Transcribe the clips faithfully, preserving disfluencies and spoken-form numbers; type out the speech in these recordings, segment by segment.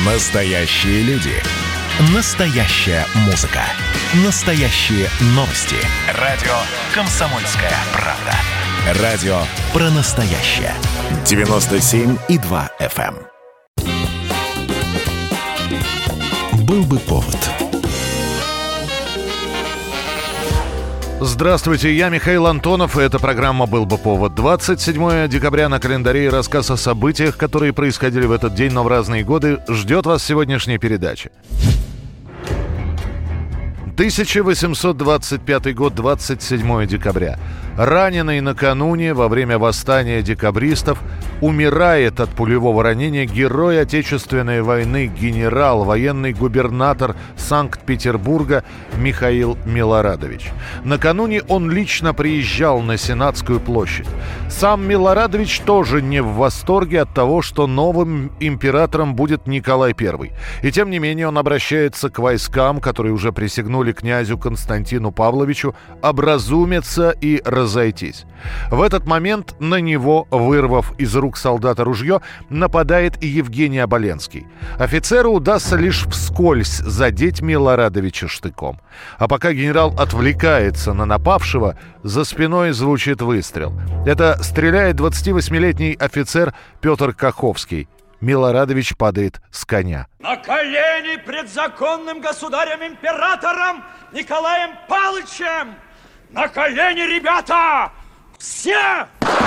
Настоящие люди. Настоящая музыка. Настоящие новости. Радио «Комсомольская правда». Радио про настоящее. девяносто семь и два эф эм. Был бы повод. Здравствуйте, я Михаил Антонов, и эта программа «Был бы повод». двадцать седьмое декабря на календаре, и рассказ о событиях, которые происходили в этот день, но в разные годы, ждет вас сегодняшняя передача. тысяча восемьсот двадцать пятый год, двадцать седьмое декабря. Раненый накануне во время восстания декабристов умирает от пулевого ранения герой Отечественной войны, генерал, военный губернатор Санкт-Петербурга Михаил Милорадович. Накануне он лично приезжал на Сенатскую площадь. Сам Милорадович тоже не в восторге от того, что новым императором будет Николай Первый. И тем не менее он обращается к войскам, которые уже присягнули князю Константину Павловичу, образумиться и разойтись. В этот момент на него, вырвав из рук солдата ружье, нападает Евгений Оболенский. Офицеру удастся лишь вскользь задеть Милорадовича штыком. А пока генерал отвлекается на напавшего, за спиной звучит выстрел. Это стреляет двадцативосьмилетний офицер Петр Каховский. Милорадович падает с коня. На колени пред законным государем-императором Николаем Павловичем! На колени, ребята! Все!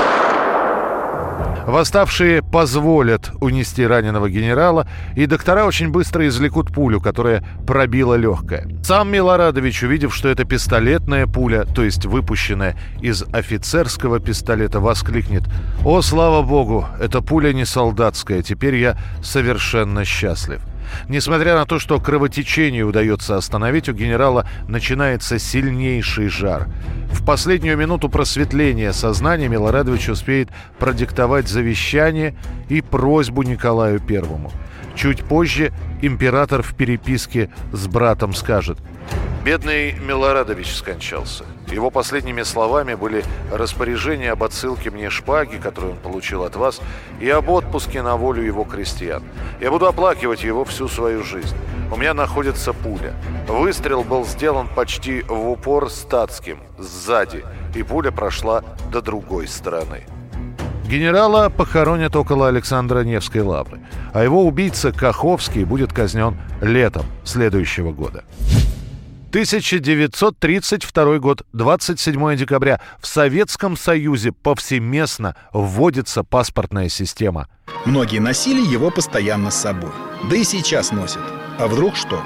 Восставшие позволят унести раненого генерала, и доктора очень быстро извлекут пулю, которая пробила легкое. Сам Милорадович, увидев, что это пистолетная пуля, то есть выпущенная из офицерского пистолета, воскликнет: «О, слава богу, эта пуля не солдатская, теперь я совершенно счастлив». Несмотря на то, что кровотечение удается остановить, у генерала начинается сильнейший жар. В последнюю минуту просветления сознания Милорадович успеет продиктовать завещание и просьбу Николаю Первому. Чуть позже император в переписке с братом скажет: «Бедный Милорадович скончался. Его последними словами были распоряжения об отсылке мне шпаги, которую он получил от вас, и об отпуске на волю его крестьян. Я буду оплакивать его всю свою жизнь. У меня находится пуля. Выстрел был сделан почти в упор статским, сзади, и пуля прошла до другой стороны». Генерала похоронят около Александра Невской лавры, а его убийца Каховский будет казнен летом следующего года. тысяча девятьсот тридцать второй год, двадцать седьмое декабря. В Советском Союзе повсеместно вводится паспортная система. Многие носили его постоянно с собой. Да и сейчас носят. А вдруг что?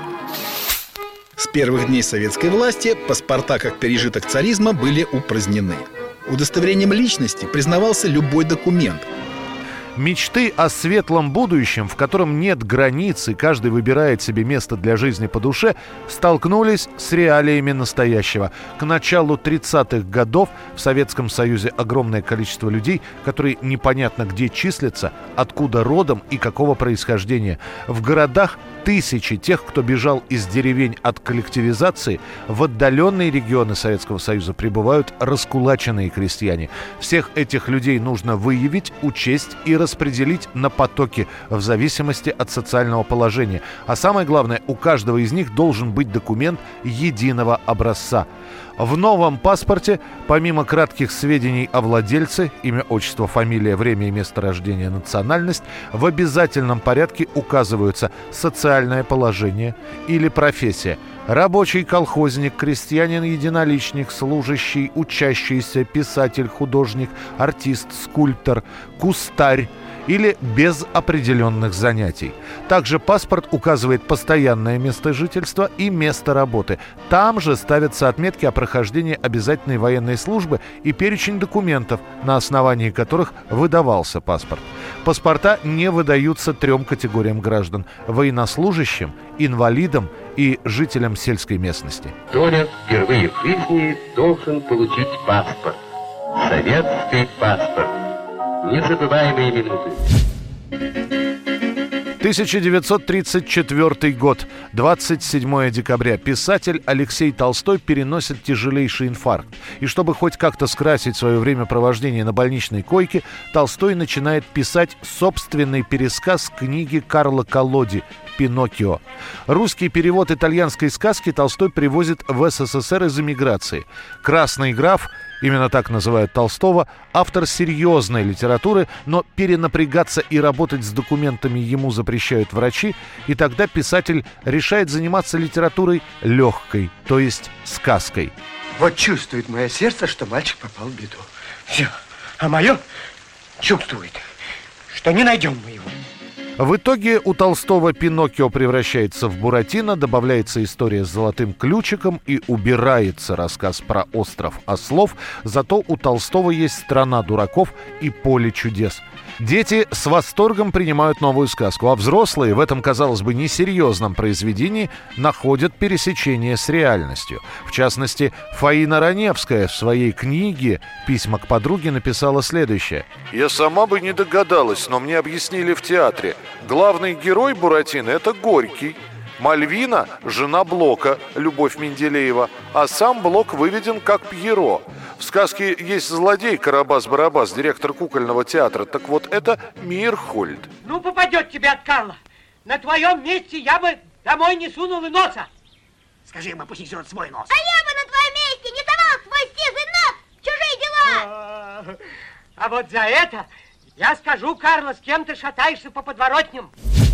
С первых дней советской власти паспорта как пережиток царизма были упразднены. Удостоверением личности признавался любой документ. Мечты о светлом будущем, в котором нет границ и каждый выбирает себе место для жизни по душе, столкнулись с реалиями настоящего. К началу тридцатых годов в Советском Союзе огромное количество людей, которые непонятно где числятся, откуда родом и какого происхождения. В городах тысячи тех, кто бежал из деревень от коллективизации. В отдаленные регионы Советского Союза прибывают раскулаченные крестьяне. Всех этих людей нужно выявить, учесть и распределить на потоки в зависимости от социального положения. А самое главное, у каждого из них должен быть документ единого образца. В новом паспорте, помимо кратких сведений о владельце, имя, отчество, фамилия, время и место рождения, национальность, в обязательном порядке указываются социальное положение или профессия. Рабочий, колхозник, крестьянин-единоличник, служащий, учащийся, писатель, художник, артист, скульптор, кустарь или без определенных занятий. Также паспорт указывает постоянное место жительства и место работы. Там же ставятся отметки о прохождении обязательной военной службы и перечень документов, на основании которых выдавался паспорт. Паспорта не выдаются трем категориям граждан: военнослужащим, инвалидам и жителям сельской местности. Толя впервые в жизни должен получить паспорт. Советский паспорт. Незабываемые минуты. тысяча девятьсот тридцать четвёртый год, двадцать седьмое декабря. Писатель Алексей Толстой переносит тяжелейший инфаркт. И чтобы хоть как-то скрасить свое времяпровождение на больничной койке, Толстой начинает писать собственный пересказ книги Карла Колоди «Пиноккио». Русский перевод итальянской сказки Толстой привозит в СССР из эмиграции. «Красный граф», именно так называют Толстого, автор серьезной литературы, но перенапрягаться и работать с документами ему запрещают врачи, и тогда писатель решает заниматься литературой легкой, то есть сказкой. Вот чувствует мое сердце, что мальчик попал в беду. Все. А мое чувствует, что не найдем мы его. В итоге у Толстого Пиноккио превращается в Буратино, добавляется история с золотым ключиком и убирается рассказ про остров ослов. Зато у Толстого есть «Страна дураков» и «Поле чудес». Дети с восторгом принимают новую сказку, а взрослые в этом, казалось бы, несерьезном произведении находят пересечение с реальностью. В частности, Фаина Раневская в своей книге «Письма к подруге» написала следующее. «Я сама бы не догадалась, но мне объяснили в театре. Главный герой Буратино – это Горький. Мальвина – жена Блока, Любовь Менделеева, а сам Блок выведен как Пьеро. В сказке есть злодей Карабас-Барабас, директор кукольного театра. Так вот, это Мирхольд». Ну, попадет тебе от Карла. На твоем месте я бы домой не сунул и носа. Скажи ему, пусть не сунет свой нос. А я бы на твоем месте не совал свой сизый нос в чужие дела. А, а вот за это я скажу, Карло, с кем ты шатаешься по подворотням.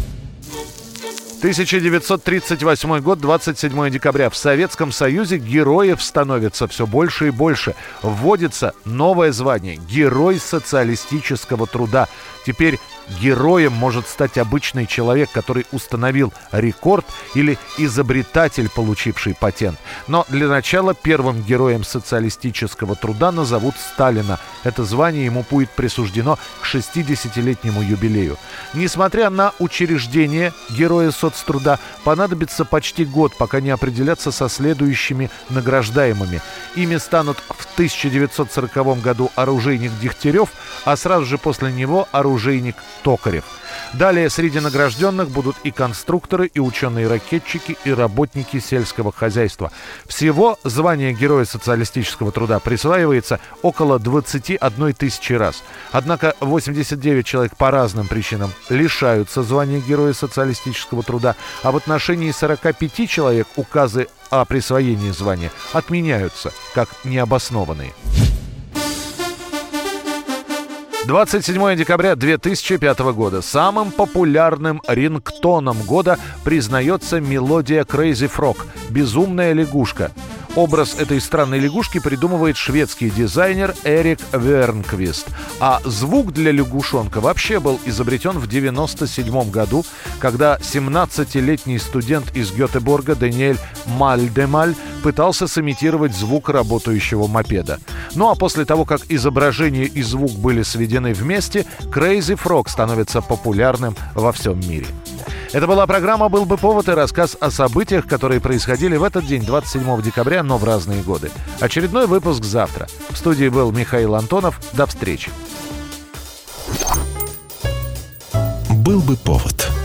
тысяча девятьсот тридцать восьмой год, двадцать седьмое декабря. В Советском Союзе героев становится все больше и больше. Вводится новое звание – Герой социалистического труда. Теперь героем может стать обычный человек, который установил рекорд, или изобретатель, получивший патент. Но для начала первым героем социалистического труда назовут Сталина. Это звание ему будет присуждено к шестидесятилетнему юбилею. Несмотря на учреждение Героя соцтруда, понадобится почти год, пока не определятся со следующими награждаемыми. Ими станут в тысяча девятьсот сороковом году оружейник Дегтярев, а сразу же после него оружейник Токарев. Далее среди награжденных будут и конструкторы, и ученые-ракетчики, и работники сельского хозяйства. Всего звание Героя социалистического труда присваивается около двадцати одной тысячи раз. Однако восемьдесят девять человек по разным причинам лишаются звания Героя социалистического труда, а в отношении сорока пяти человек указы о присвоении звания отменяются как необоснованные. двадцать седьмое декабря две тысячи пятого года. Самым популярным рингтоном года признается мелодия Crazy Frog – «Безумная лягушка». Образ этой странной лягушки придумывает шведский дизайнер Эрик Вернквист. А звук для лягушонка вообще был изобретен в девяносто седьмом году, когда семнадцатилетний студент из Гетеборга Даниэль Мальдемаль пытался сымитировать звук работающего мопеда. Ну а после того, как изображение и звук были сведены вместе, Crazy Frog становится популярным во всем мире. Это была программа «Был бы повод» и рассказ о событиях, которые происходили в этот день, двадцать седьмого декабря, но в разные годы. Очередной выпуск завтра. В студии был Михаил Антонов. До встречи. «Был бы повод».